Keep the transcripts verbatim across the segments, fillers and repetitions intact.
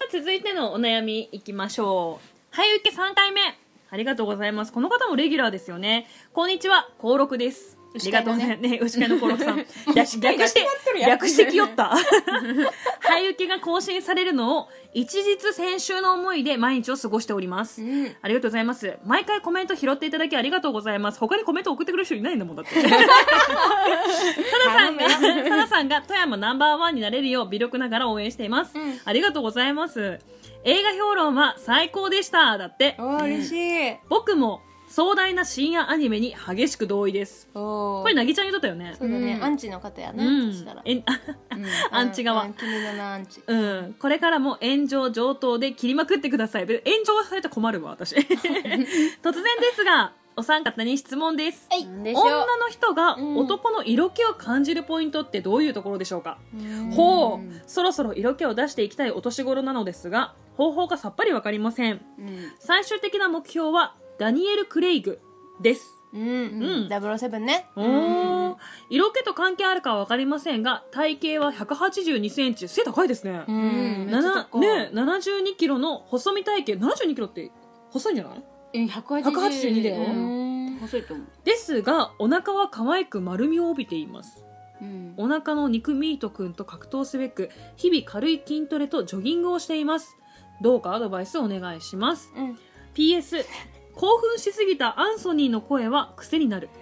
続いてのお悩みいきましょう。はい、受けさんかいめ。ありがとうございます。この方もレギュラーですよね。こんにちは、幸六です。ありがとうね。ね、牛飼いの幸六さん。略して、略してきよった。はい受けが更新されるのを一日先週の思いで毎日を過ごしております、うん、ありがとうございます。毎回コメント拾っていただきありがとうございます。他にコメント送ってくれる人いないんだもんだってサラさんがサラさんが富山ナンバーワンになれるよう微力ながら応援しています、うん、ありがとうございます。映画評論は最高でしただって。 おー嬉しい。 僕も壮大な深夜アニメに激しく同意です。これなぎちゃん言っとったよね。 そうだね、うん、アンチの方やね、うん、そしたらえ、うん、 アンチ側、 うん、君のアンチ、 うん、これからも炎上上等で切りまくってください。炎上されたら困るわ私突然ですがお三方に質問です、はい、女の人が男の色気を感じるポイントってどういうところでしょうか。うほう、そろそろ色気を出していきたいお年頃なのですが方法がさっぱりわかりません、うん、最終的な目標はダニエル・クレイグです。 うんうん、ダブルオーセブンね。 おー、色気と関係あるかは分かりませんが体型はひゃくはちじゅうにセンチ、背高いですね。うん、ななね、ななじゅうにキロの細身体型。ななじゅうにキロって細いんじゃない？ え、ひゃくはちじゅうにだよ。 細いと思う。ですがお腹は可愛く丸みを帯びています、うん、お腹の肉ミートくんと格闘すべく日々軽い筋トレとジョギングをしています。どうかアドバイスお願いします、うん、ピーエス 興奮しすぎたアンソニーの声は癖になる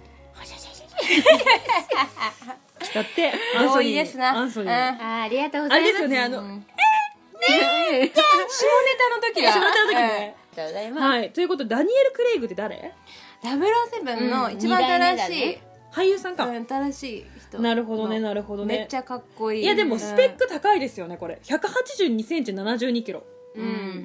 だってアンソニーですな。アンソニー、 あ、ありがとうございます。あれですよね、あの、うん、ね下ネタの時だ。 下ネタの時ね。ありがとうございます。はい、ということでダニエル・クレイグって誰？ ダブルオーセブンの一番新しい俳優さんか。 新しい人。 なるほどね、なるほどね。 めっちゃかっこいい。 いやでもスペック高いですよねこれ。ひゃくはちじゅうにセンチ、ななじゅうにキロ。うん。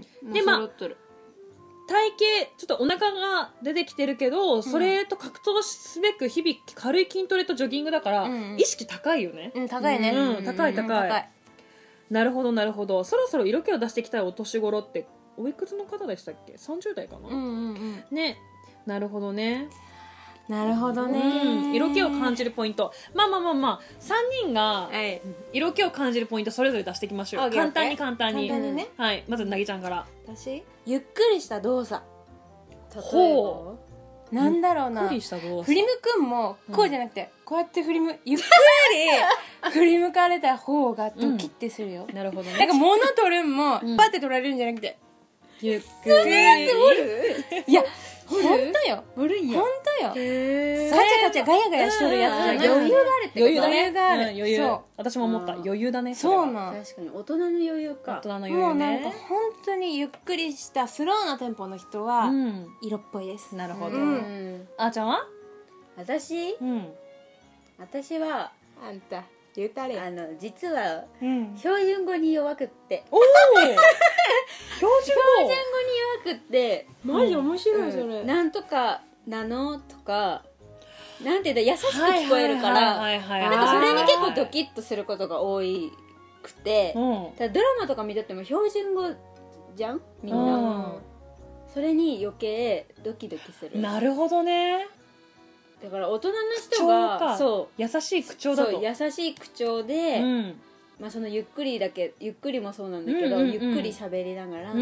でまあ体型ちょっとお腹が出てきてるけど、うん、それと格闘すべく日々軽い筋トレとジョギングだから、うん、意識高いよね。 うん、高いね。 うん、高い高い、うん、高い。なるほどなるほど。そろそろ色気を出していきたいお年頃っておいくつの方でしたっけ？さんじゅう代かな。うんうんうん。ね、なるほどね。 なるほどね、 うん、色気を感じるポイント。まあまあまあまあさんにんが色気を感じるポイントそれぞれ出していきましょう。簡単に簡単に。簡単にね。はい、まずなぎちゃんから。 私ゆっくりした動作。ほう、なんだろうな、ゆっくりした動作。振り向くんもこうじゃなくて、うん、こうやって振り向ゆっくり振り向かれた方がドキッてするよ、 うん、なるほどね。 なんか物取るんも、うん、パッて取られるんじゃなくてゆっくり。そのやつおる？いやほんとよ、ほるんや、ほんとよ。カチャカチャガヤガヤしとるやつじゃない。余裕があるってこと。 余裕だね。 余裕がある。 余裕。そう。私も思った。余裕だね。 そうなん。 確かに大人の余裕か。 大人の余裕ね。 もうなんか本当にゆっくりしたスローなテンポの人は色っぽいです。 なるほど。あーちゃんは？ 私？うん。私はあんた言うたれ。 あの実は標準語に弱くって。 おお。標準語に弱くってマジ面白いそれ、 うん、なんとかなのとかなんていうんだ、優しく聞こえるからなんかそれに結構ドキッとすることが多くて、うん、ただドラマとか見てても標準語じゃんみんな、うん、それに余計ドキドキする。 なるほどね。 だから大人の人がそう優しい口調だと、 そう優しい口調で、うんまあ、そのゆっくりだけゆっくりもそうなんだけど、うんうんうん、ゆっくり喋りながら、うん、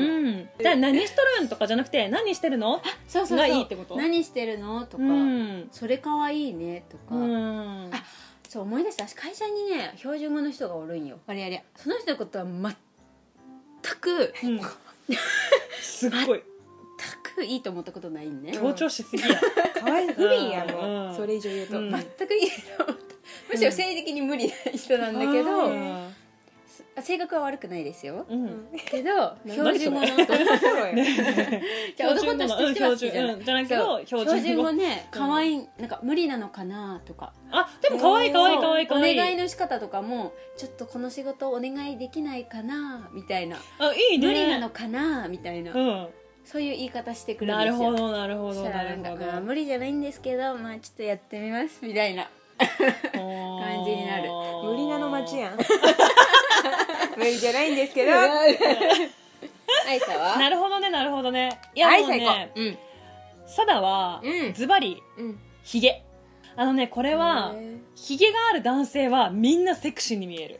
だから何しとるんとかじゃなくて何してるのそうそうそうがいいってこと。 何してるのとか、うん、それかわいいねとか、うん、あそう思い出した。私会社にね標準語の人がおるんよ。あれあれその人のことは全く、うん、 すごい全くいいと思ったことないんね。 強調しすぎやかわいい不憫やもう、うん、それ以上言うと、 うん、全くいいと思った。むしろ性的に無理な人なんだけど、うん、性格は悪くないですよ、うん、けど標準語の男としては好きじゃない、うん、じゃないけど標準語ね可愛いなんか無理なのかなとか。 あでも可愛い可愛い可愛い可愛い。 お願いの仕方とかもちょっとこの仕事お願いできないかなみたいな。 あいいね。 無理なのかなみたいな、うん、そういう言い方してくるんですよ。 なるほどなるほどなるほど。 無理じゃないんですけどまあちょっとやってみますみたいな感じになる。 無理なの街やん無理じゃないんですけど愛さはなるほどねなるほどね。いやもうね、うん、サダは、うん、ズバリ、うん、ヒゲ。あのねこれはヒゲがある男性はみんなセクシーに見える。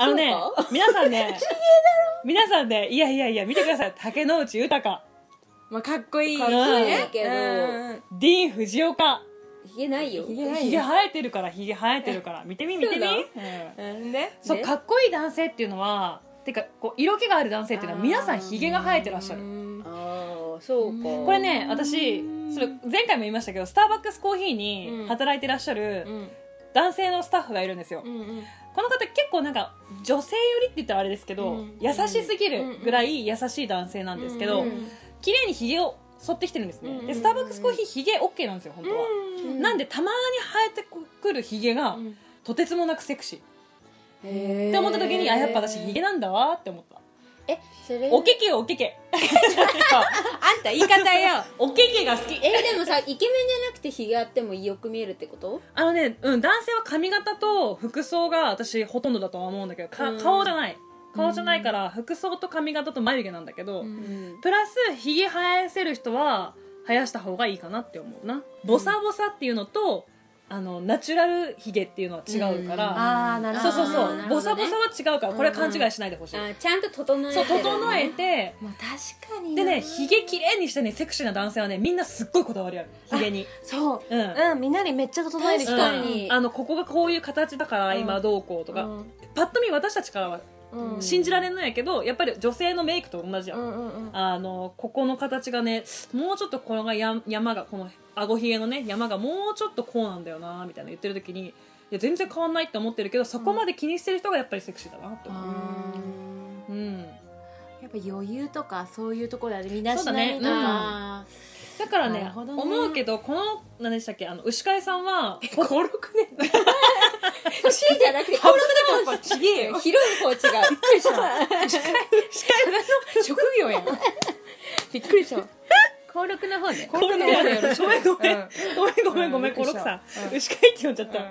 あのね皆さんね皆さんねいやいやいや見てください竹野内豊、 まあかっこいいかっこいいけど、 ディーン・フジオカ、 ひげないよ。 ひげないひげ生えてるからひげ生えてるから見てみ見てみ、 うんでそうかっこいい男性っていうのはてかこう色気がある男性っていうのは皆さんひげが生えてらっしゃる。 ああそうか。 これね私それ前回も言いましたけどスターバックスコーヒーに働いてらっしゃる男性のスタッフがいるんですよ、 うんうんこの方結構なんか女性寄りって言ったらあれですけど、うん、優しすぎるぐらい優しい男性なんですけど、うん、綺麗にひげを剃ってきてるんですね、うん、でスターバックスコーヒーひげ OK なんですよ本当は、うん、なんでたまに生えてくるひげがとてつもなくセクシーって思った時にあやっぱ私ひげなんだわって思った。 えそれおけけよおけけあんた言い方よおけけが好き。 えでもさイケメンじゃなくてひげあってもよく見えるってこと？ あのね、うん、男性は髪型と服装が私ほとんどだとは思うんだけどか顔じゃない顔じゃないから服装と髪型と眉毛なんだけど、うん、プラスひげ生やせる人は生やした方がいいかなって思うな。ボサボサっていうのとあのナチュラルヒゲっていうのは違うから、うん、 あなるほどそうそうそう、 ね、 ボサボサは違うからこれ勘違いしないでほしい、 うんうん、あちゃんと整えて、 ね、そう整えて、 まあ、確かにでねヒゲきれいにしてねセクシーな男性はねみんなすっごいこだわりあるヒゲに。 そう、 うん、 うん、みんなにめっちゃ整える人に、 うん、あのここがこういう形だから今どうこうとか、うん、パッと見私たちからは信じられるんやけどやっぱり女性のメイクと同じやん、うんうんうん、あのここの形がねもうちょっとこのがや山がこの顎ひげのね山がもうちょっとこうなんだよなみたいな言ってる時にいや全然変わんないって思ってるけどそこまで気にしてる人がやっぱりセクシーだなって思う、うん、うん、 やっぱ余裕とかそういうところで身だしなみとか、 だから ね, ね思うけどこの何でしたっけあの牛飼さんはごろくねん欲しいじゃなくてごろくねんちげえよ広い方違うびっくりした牛飼職業やんびっくりした登録の方で登録の方でよろしくごめんごめんごめんごめんごめんごろくさん牛飼って呼んじゃった、うん、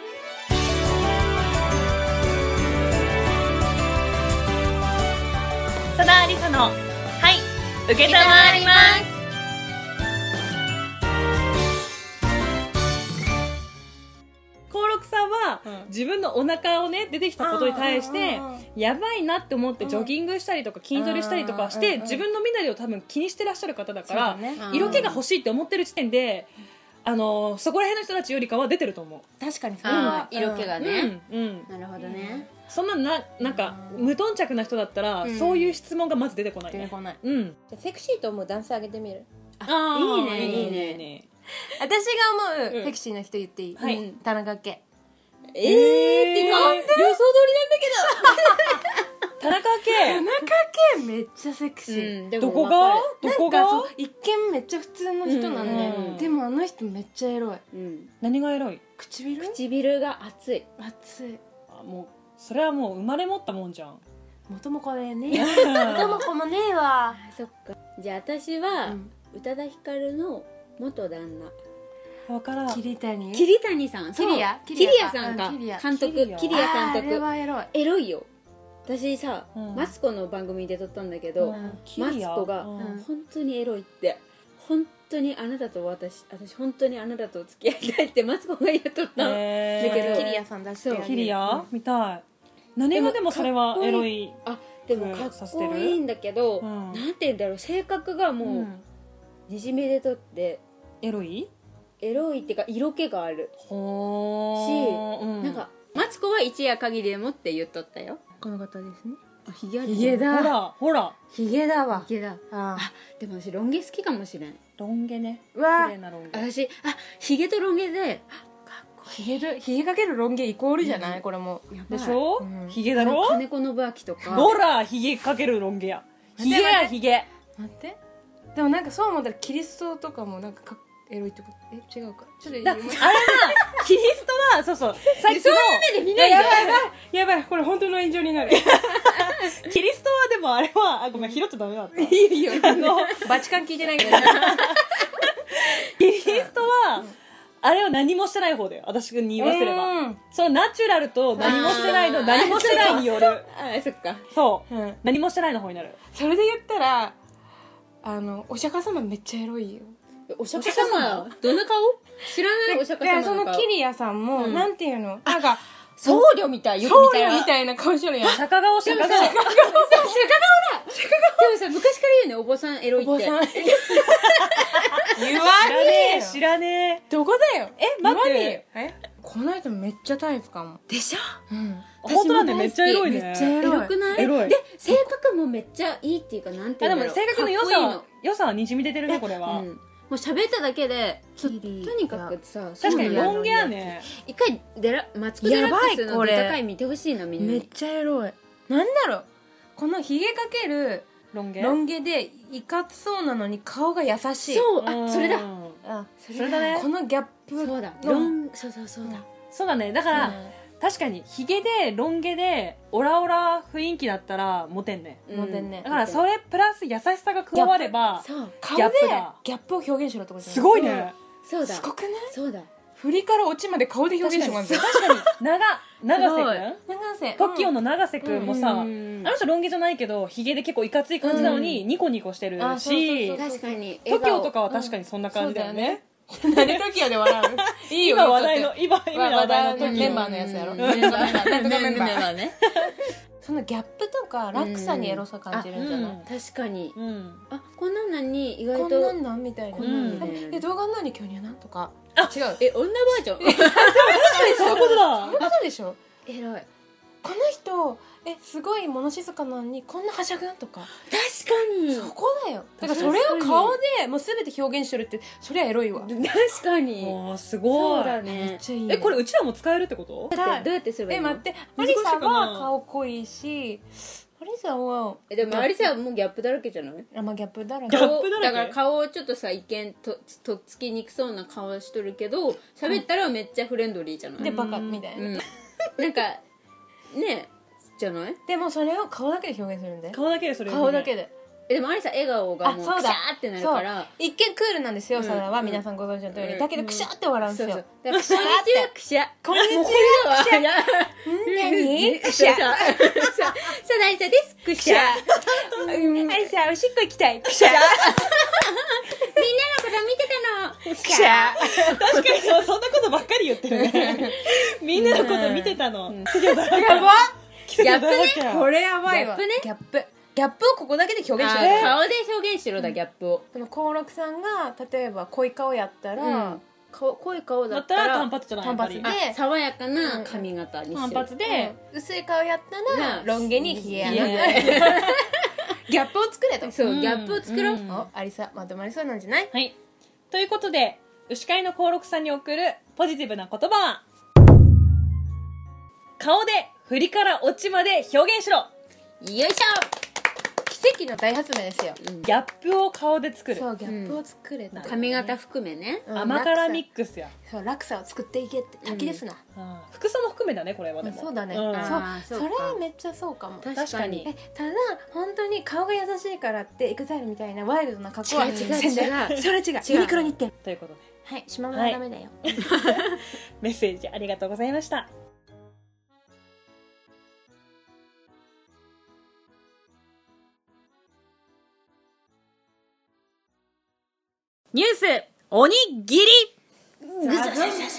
佐田ありさのはい受けたまわりますさんは、うん、自分のお腹をね出てきたことに対してやばいなって思ってジョギングしたりとか筋トレしたりとかして自分の身なりを多分気にしてらっしゃる方だから、ね、色気が欲しいって思ってる時点であのそこら辺の人たちよりかは出てると思う。 確かにそうだ、色気がね、 うんうん、 なるほどね。 そんなななんか無頓着な人だったら、うん、そういう質問がまず出てこない、ね、 出てこない、 うん、 じゃセクシーと思う男性あげてみる。 あいいねいいねいいねいいね。 私が思う、うん、セクシーな人言っていい、はい、田中圭。 えー、ってか予想通りなんだけど田中圭田中圭めっちゃセクシー、 うん、どこがどこがそう一見めっちゃ普通の人なんで、うん、でもあの人めっちゃエロい、うん、 何がエロい？ 唇？ 唇が熱い熱い。 あもうそれはもう生まれ持ったもんじゃん。 元も子だよね元も子もねえわそっか。じゃあ私は、うん、宇多田ヒカルの元旦那わからん。 桐谷桐谷さんキリアキリアさんか監督キリア監督。 あれはエロいエロいよ。私さ、うん、マツコの番組で撮ったんだけど、うん、マツコが、うん、本当にエロいって本当にあなたと私私本当にあなたと付き合いたいってマツコが言っとった、 えー、だけどキリアさん出してキリアみたい。何がでもそれはエロい。 あでもかっこいいんだけど、うん、なんて言うんだろう性格がもうにじめでとってエロいエロいっていうか色気があるし、うん、なんかマツコは一夜限りでもって言っとったよ。 この方ですね。 あヒゲあるヒゲだ。 ほらほらヒゲだわ。 ヒゲだ。ああでも私ロン毛好きかもしれん。 ロン毛ね。 うわ綺麗なロン毛。 私あヒゲとロン毛でかっこいい。ヒゲとヒゲかけるロン毛イコールじゃない、うん、これもでしょ、うん、ヒゲだろ。 金子信明とか。 ほらヒゲかけるロン毛や。ヒゲやヒゲ。 待って。でもなんかそう思ったらキリストとかもなんかかっエロいってことえ違うかちょっとだあれはキリストはそうそうさっきのそういう目で見ないでやばいやばいやばいこれ本当の炎上になるキリストはでもあれはあごめん拾っちゃダメだった。いいよあのバチカン聞いてないからキリストはあれは何もしてない方だよ私に言わせれば。そのナチュラルと何もしてないの何もしてないによるあそっかそう、うん、何もしてないの方になる。 それで言ったらあのお釈迦様めっちゃエロいよ。 お釈迦様どんな顔知らない。お釈迦様の顔。 そのキリアさんも、うん、なんていうのなんか僧侶みたい、 僧侶みたいな顔してるやん。 釈迦顔、釈迦顔。釈迦顔だ。 釈迦顔だ。でもさ、昔から言うね、お坊さんエロいって。お坊さん。 言わねえ。 知らねえ。 どこだよ。 え、待って。 え、この人めっちゃタイプかも。 でしょ？ うん。 本当なんでめっちゃエロいね。 めっちゃエロくない？エロい。で、性格もめっちゃいいっていうか、なんていうの？ でも性格の良さは、良さはにじみ出てるね、これは。 もう喋っただけでとにかくさ、 確かにロン毛やね。 一回デラマツコ・デラックスのデタ回見てほしいな、みんな。 めっちゃエロい。なんだろう、このひげかけるロン毛ロン毛でいかつそうなのに顔が優しい。 そう、あ、それだ。 あ、それだね。このギャップ。 そうだ、ロン、そうそうそうだ。 そうだね。だから確かにヒゲでロン毛でオラオラ雰囲気だったらモテんね。 モテんね。 だからそれプラス優しさが加われば顔でギャップを表現しろってこと。 すごいね。 そうだ。 すごくね。 そうだ。 振りから落ちまで顔で表現しますよ。 確かに長長瀬くん、 長瀬トキオの長瀬くんもさ、あの人ロン毛じゃないけどヒゲで結構いかつい感じなのにニコニコしてるし、 確かにトキオとかは確かにそんな感じだよね。 何でトキオで笑う？いいよ、 今話題の今今話題のメンバーのやつやろ。メンバーね。そのギャップとか落差にエロさ感じるんじゃない？ 確かに。あ、こんなんなんに意外とこんなんなんみたいな。え、動画なに今日にはなとか。 あ、違う。え、女バージョン。 確かにそういうことだ。 そういうことでしょ。 エロい。 この人えすごい物静かなのにこんなはしゃぐんとか。 確かにそこだよ。だからそれを顔でもう全て表現してるってそりゃエロいわ。 確かに。 もうすごい。 そうだね。 めっちゃいい。 え、これうちらも使えるってこと？ どうやってすればいいの？ え、待って、マリサは顔濃いし、マリサはえ、でもマリサはもうギャップだらけじゃない？ あ、まあギャップだらけ。 ギャップだらけ。 だから顔をちょっとさ、一見ととっつきにくそうな顔しとるけど、喋ったらめっちゃフレンドリーじゃない？ でバカみたいな。 なんかね。じゃない？ でもそれを顔だけで表現するんで。 顔だけでそれ。 顔だけで。 え、でもアリサ笑顔がもうクシャーってなるから。 一見クールなんですよ、それは皆さんご存知の通り。だけどクシャーって笑うんですよ。 こんにちはクシャ。 こんにちはクシャ。何？クシャ。さあアリサです。クシャ。アリサおしっこ行きたい。クシャ。みんなのこと見てたの。 クシャ。 確かにそんなことばっかり言ってるね。みんなのこと見てたの。 やば。 ギャップね。 これやばいわ。 ギャップね。 ギャップ。ギャップをここだけで表現しろ。 顔で表現しろだ、ギャップを。 でも幸六さんが例えば濃い顔やったら、 濃い顔だったら単発じゃない？ 単発で爽やかな髪型にして単発で薄い顔やったらロン毛にヒゲやな。ギャップを作れと。 そう、ギャップを作ろう。 お、アリサまとまりそうなんじゃない？ はい。ということで牛飼いの幸六さんに送るポジティブな言葉は、顔で振りから落ちまで表現しろ。 よいしょ。 奇跡の大発明ですよ。 ギャップを顔で作る。 そう、ギャップを作れた。 髪型含めね。 甘辛ミックスや。 そう、落差を作っていけって滝ですな。 服装も含めだね、これは。でもそうだね。そう、それめっちゃそうかも。 確かに。 ただ本当に顔が優しいからってエグザイルみたいなワイルドな格好は違う違う違う。 それ違う。ユニクロに行って。 ということで、 はい、島村はダメだよ。 メッセージありがとうございました。ニュースおにぎり。さあ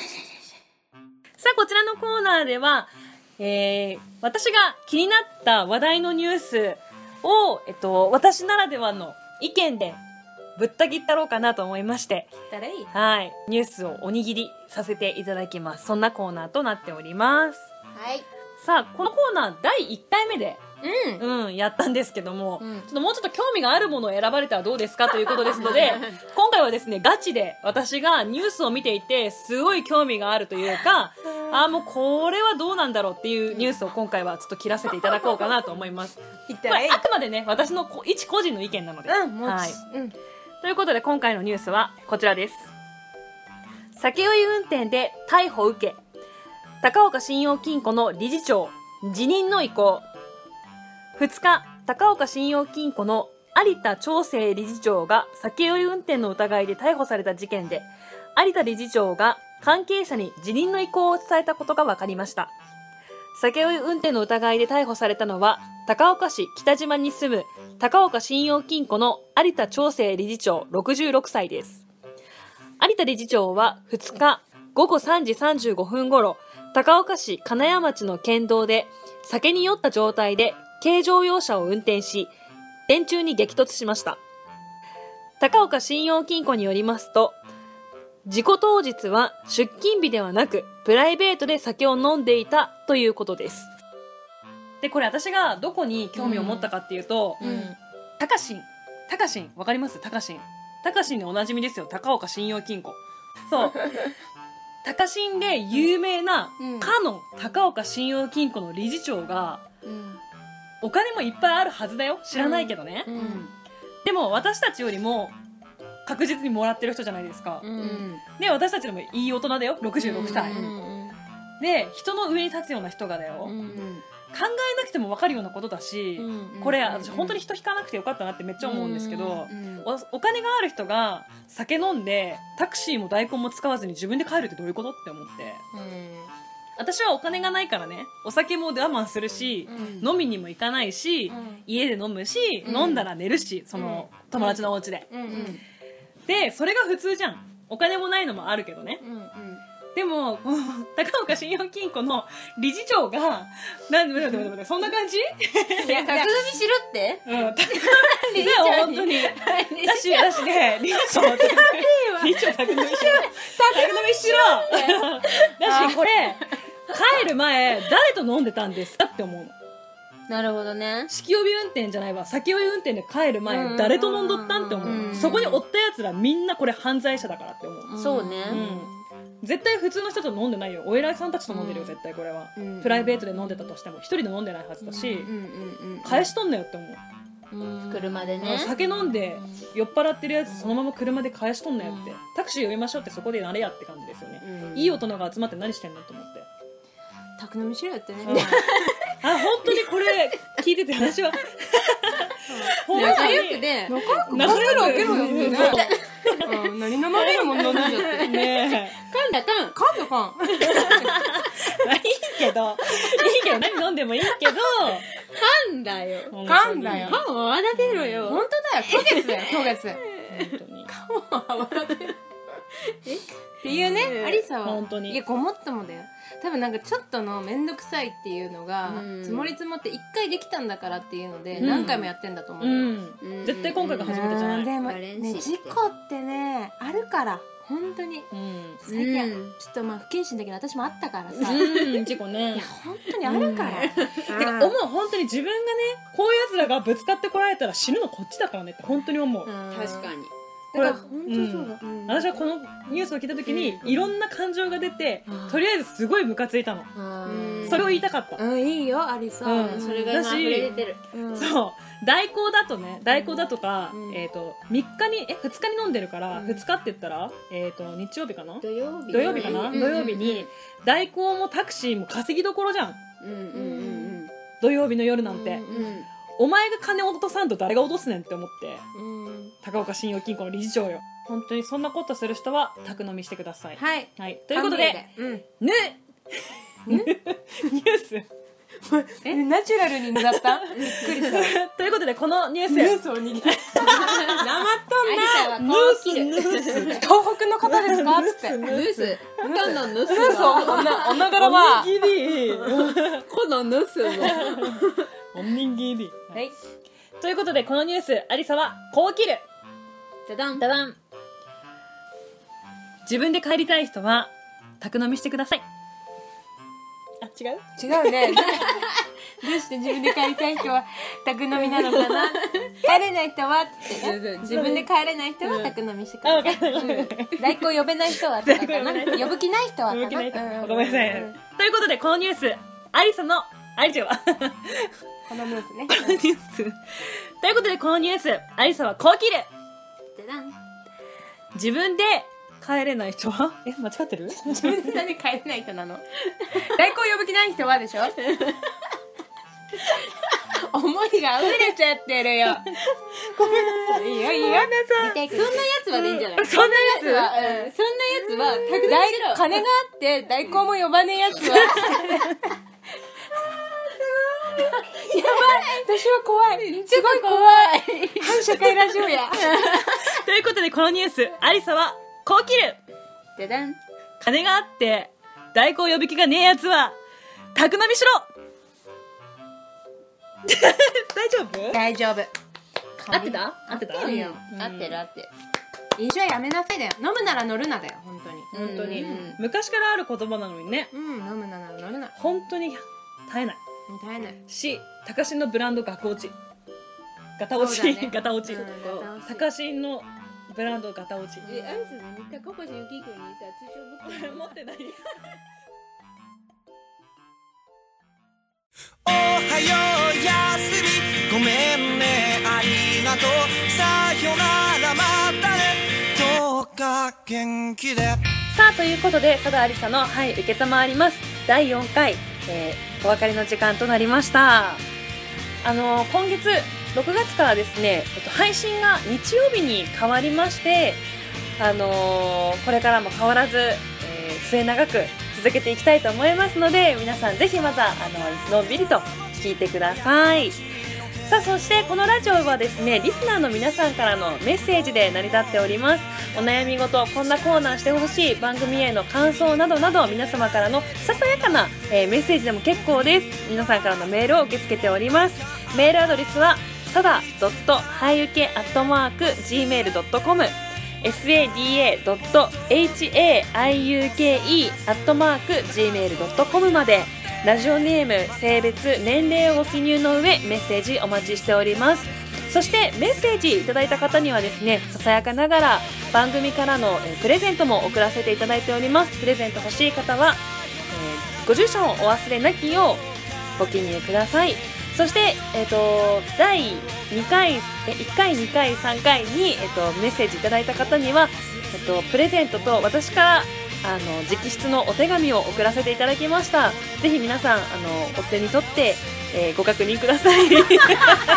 こちらのコーナーでは、えー、私が気になった話題のニュースを、えっと、私ならではの意見でぶった切ったろうかなと思いまして、はい、ニュースをおにぎりさせていただきます。そんなコーナーとなっております。 はい。 さあこのコーナーだいいっかいめでうん、うん、やったんですけども、うん、ちょっともうちょっと興味があるものを選ばれたらどうですかということですので今回はですねガチで私がニュースを見ていてすごい興味があるというかあもうこれはどうなんだろうっていうニュースを今回はちょっと切らせていただこうかなと思います。これあくまでね私の一個人の意見なので、うんはい、うん、ということで今回のニュースはこちらです。酒酔い運転で逮捕受け、高岡信用金庫の理事長辞任の意向。ふつか、高岡信用金庫の有田長生理事長が酒酔い運転の疑いで逮捕された事件で、有田理事長が関係者に辞任の意向を伝えたことが分かりました。酒酔い運転の疑いで逮捕されたのは、高岡市北島に住む高岡信用金庫の有田長生理事長ろくじゅうろくさいです。有田理事長はふつかごごさんじさんじゅうごふん頃、 高岡市金谷町の県道で酒に酔った状態で軽乗用車を運転し、電柱に激突しました。高岡信用金庫によりますと、事故当日は出勤日ではなくプライベートで酒を飲んでいたということです。で、これ私がどこに興味を持ったかっていうと、うん、高新高新わかります？高新高新でおなじみですよ。高岡信用金庫。そう高新で有名なかの高岡信用金庫の理事長が、うん、お金もいっぱいあるはずだよ、知らないけどね、うんうん、でも私たちよりも確実にもらってる人じゃないですか、うん、で私たちでもいい大人だよ、ろくじゅうろくさい、うんうん、で人の上に立つような人がだよ、うんうん、考えなくても分かるようなことだし、うんうん、これ私本当に人引かなくてよかったなってめっちゃ思うんですけど、うんうん、お, お金がある人が酒飲んでタクシーも代行も使わずに自分で帰るってどういうことって思って、うん、私はお金がないからね、お酒も我慢するし、うん、飲みにも行かないし、うん、家で飲むし、うん、飲んだら寝るし、その、うん、友達のお家で、うんうん、でそれが普通じゃん。お金もないのもあるけどね、うんうん、でも高岡信用金庫の理事長がなんで待って待ってそんな感じ？いや宅飲みしろって？うん。 理事長本当に。だしだしね理事長理事長宅飲みしろ。宅飲みしろ。だしこれ帰る前誰と飲んでたんですかって思うの。 なるほどね。 酒酔い運転じゃないわ、酒酔い運転で帰る前誰と飲んどったんって思う。そこにおったやつらみんなこれ犯罪者だからって思う。 そうね。 うん、絶対普通の人と飲んでないよ。お偉いさんたちと飲んでるよ、絶対これは、うん、プライベートで飲んでたとしても一人で飲んでないはずだし、返しとんなよって思う、 うん、車でね酒飲んで酔っ払ってるやつそのまま車で返しとんなよって、タクシー呼びましょうってそこでなれやって感じですよね、うん、いい大人が集まって何してんのと思って。 宅飲みしろよってね、 うん、あ本当にこれ聞いてて私は仲良くね仲良く開けろよってね何飲まれるもん飲んじゃってねえかんだかんかんだかんいいけどいいけど何飲んでもいいけどかんだよかんだよかんを泡立てろよ。 本当だよ、虚月だよ虚月本当にかんを泡立てるえっていうね、アリサは本当にいやごもっともだよ。多分なんかちょっとの面倒くさいっていうのが、うん、積もり積もっていっかいできたんだからっていうので、うん、何回もやってんだと思うよ、 うん、絶対今回が初めてじゃない、うん、 でもね事故ってねあるから本当に、うん、最近、うん、ちょっとまあ不謹慎だけど私もあったからさ、 うん、事故ねいや本当にあるから、 うん、てか思う本当に自分がねこういうやつらがぶつかってこられたら死ぬのこっちだからねって本当に思う、うん、 確かにこれ、本当そうだ、うん、私はこのニュースを聞いた時に、うん、いろんな感情が出て、うん、とりあえずすごいムカついたの、うん、それを言いたかった、 うん、いいよアリサ、 うん、それが今溢れ出てる、 うん、そう代行だとね代行だとか、うん、えーとみっかにえふつかに飲んでるから、うん、ふつかって言ったら、えーと日曜日かな土曜日土曜日かな、うん、土曜日に代行もタクシーも稼ぎどころじゃん、 うんうんうんうん、 土曜日の夜なんて、うんうん、お前が金を落とさんと誰が落とすねんって思って、うん、高岡信用金庫の理事長よ、本当にそんなことする人は宅飲みしてください。 はい、 はい、ということで、うん、ぬニュースえナチュラルになったびっくりしたということでこのニュースニュースを握ってなまっとんなニュースニュース東北の方ですかつってニュースこのニュースはおながらはおにぎりこのニュースおにぎりはい、 ということでこのニュースアリサはこう切るダダンダダン自分で帰りたい人は宅飲みしてください。あ、違う違うねどうして自分で帰りたい人は宅飲みなのかな帰れない人はってね自分で帰れない人は宅飲みしてください、うん、代行呼べない人はとかかな呼ぶ気ない人はかな、 うん、ごめんなさい、うん、ということでこのニュースアリサのアリチはこのニュースねこのニュースということでこのニュースアリサはこう切る自分で帰れない人はえ間違ってる自分で帰れない人なの代行呼ぶ気ない人はでしょ思いが溢れちゃってるよごめんなさいいいよいいよそんなやつはでいいんじゃない、 うん、そんなやつは、 うん、そんなやつは宅飲みしろ金があって代行も呼ばねえやつはやばい私は怖いすごい怖い反社会ラジオやということでこのニュースアリサはこう切るででん金があって代行呼び気がねえやつは宅飲みしろ大丈夫？ 大丈夫。 合ってた？合ってた？ 合ってるよ、合ってる合ってる。 飲酒はやめなさいだよ。飲むなら乗るなだよ、本当に。 本当に、 うん、 昔からある言葉なのにね。 うん、飲むなら乗るな。 本当に絶えない。 絶えない。 し、高新のブランドガク落ち。ガタ落ち、ね、ガタ落ち。うん、高新のブランドガタ落ち。 え、あれですよね。高橋由紀子にさ、通帳持ってない。 持ってない。 おはようやすみごめんねありがとうさよならまたねどうか元気で。 さあということで、佐田ありさのはい受けたまわりますだいよんかい、えー、お別れの時間となりました。あのー、今月ろくがつからですね、えっと、配信が日曜日に変わりまして、あのー、これからも変わらず、えー、末永く続けていきたいと思いますので、皆さんぜひまたあののんびりと聞いてください。さあそしてこのラジオはですね、リスナーの皆さんからのメッセージで成り立っております。お悩み事、こんなコーナーしてほしい、番組への感想などなど、皆様からのささやかな、えー、メッセージでも結構です。皆さんからのメールを受け付けております。メールアドレスはさだ はいうけ アットマーク ジーメール ドットコム エスエーディーエー ドット エイチエーアイユーケーイー アットマーク ジーメール ドットコム までラジオネーム、性別、年齢をご記入の上メッセージお待ちしております。そしてメッセージいただいた方にはですね、ささやかながら番組からのえプレゼントも送らせていただいております。プレゼント欲しい方は、えー、ご住所をお忘れなきようご記入ください。そして、えー、とだいにかい、えいっかい、にかい、さんかいに、えー、とメッセージいただいた方には、えー、とプレゼントと私からあの直筆のお手紙を送らせていただきました。ぜひ皆さんあのお手に取って、えー、ご確認ください。業務かよ。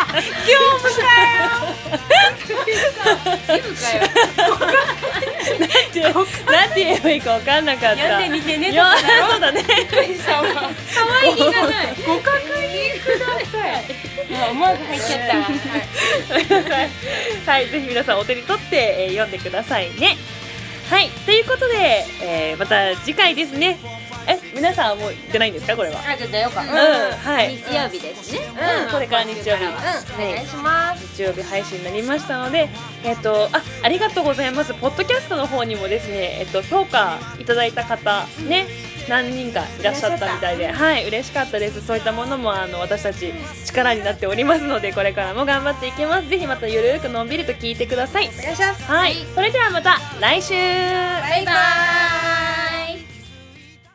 義務かよ。 なんてなんて言えばいいか分かんなかった。 読んでみてねとかだろ。 そうだね。 可愛げがない。 ご確認ください。思わず入っちゃった。 はい、はい、ぜひ皆さんお手に取って、えー、読んでくださいね。はい、ということで、えー、また次回ですね。え、皆さんはもう出ないんですかこれは？ あ、ちょっとよかった。 うん、はい。 日曜日ですね。 うん、これから日曜日。うん、 お願いします。 日曜日配信になりましたので、えっと、あ、ありがとうございます。ポッドキャストの方にもですね、えっと、評価いただいた方、ね、何人かいらっしゃったみたいで、はい、嬉しかったです。そういったものも、あの、私たち力になっておりますので、これからも頑張っていきます。ぜひまたゆるーくのんびりと聞いてください。 お願いします。 はい、それではまた来週。 バイバーイ。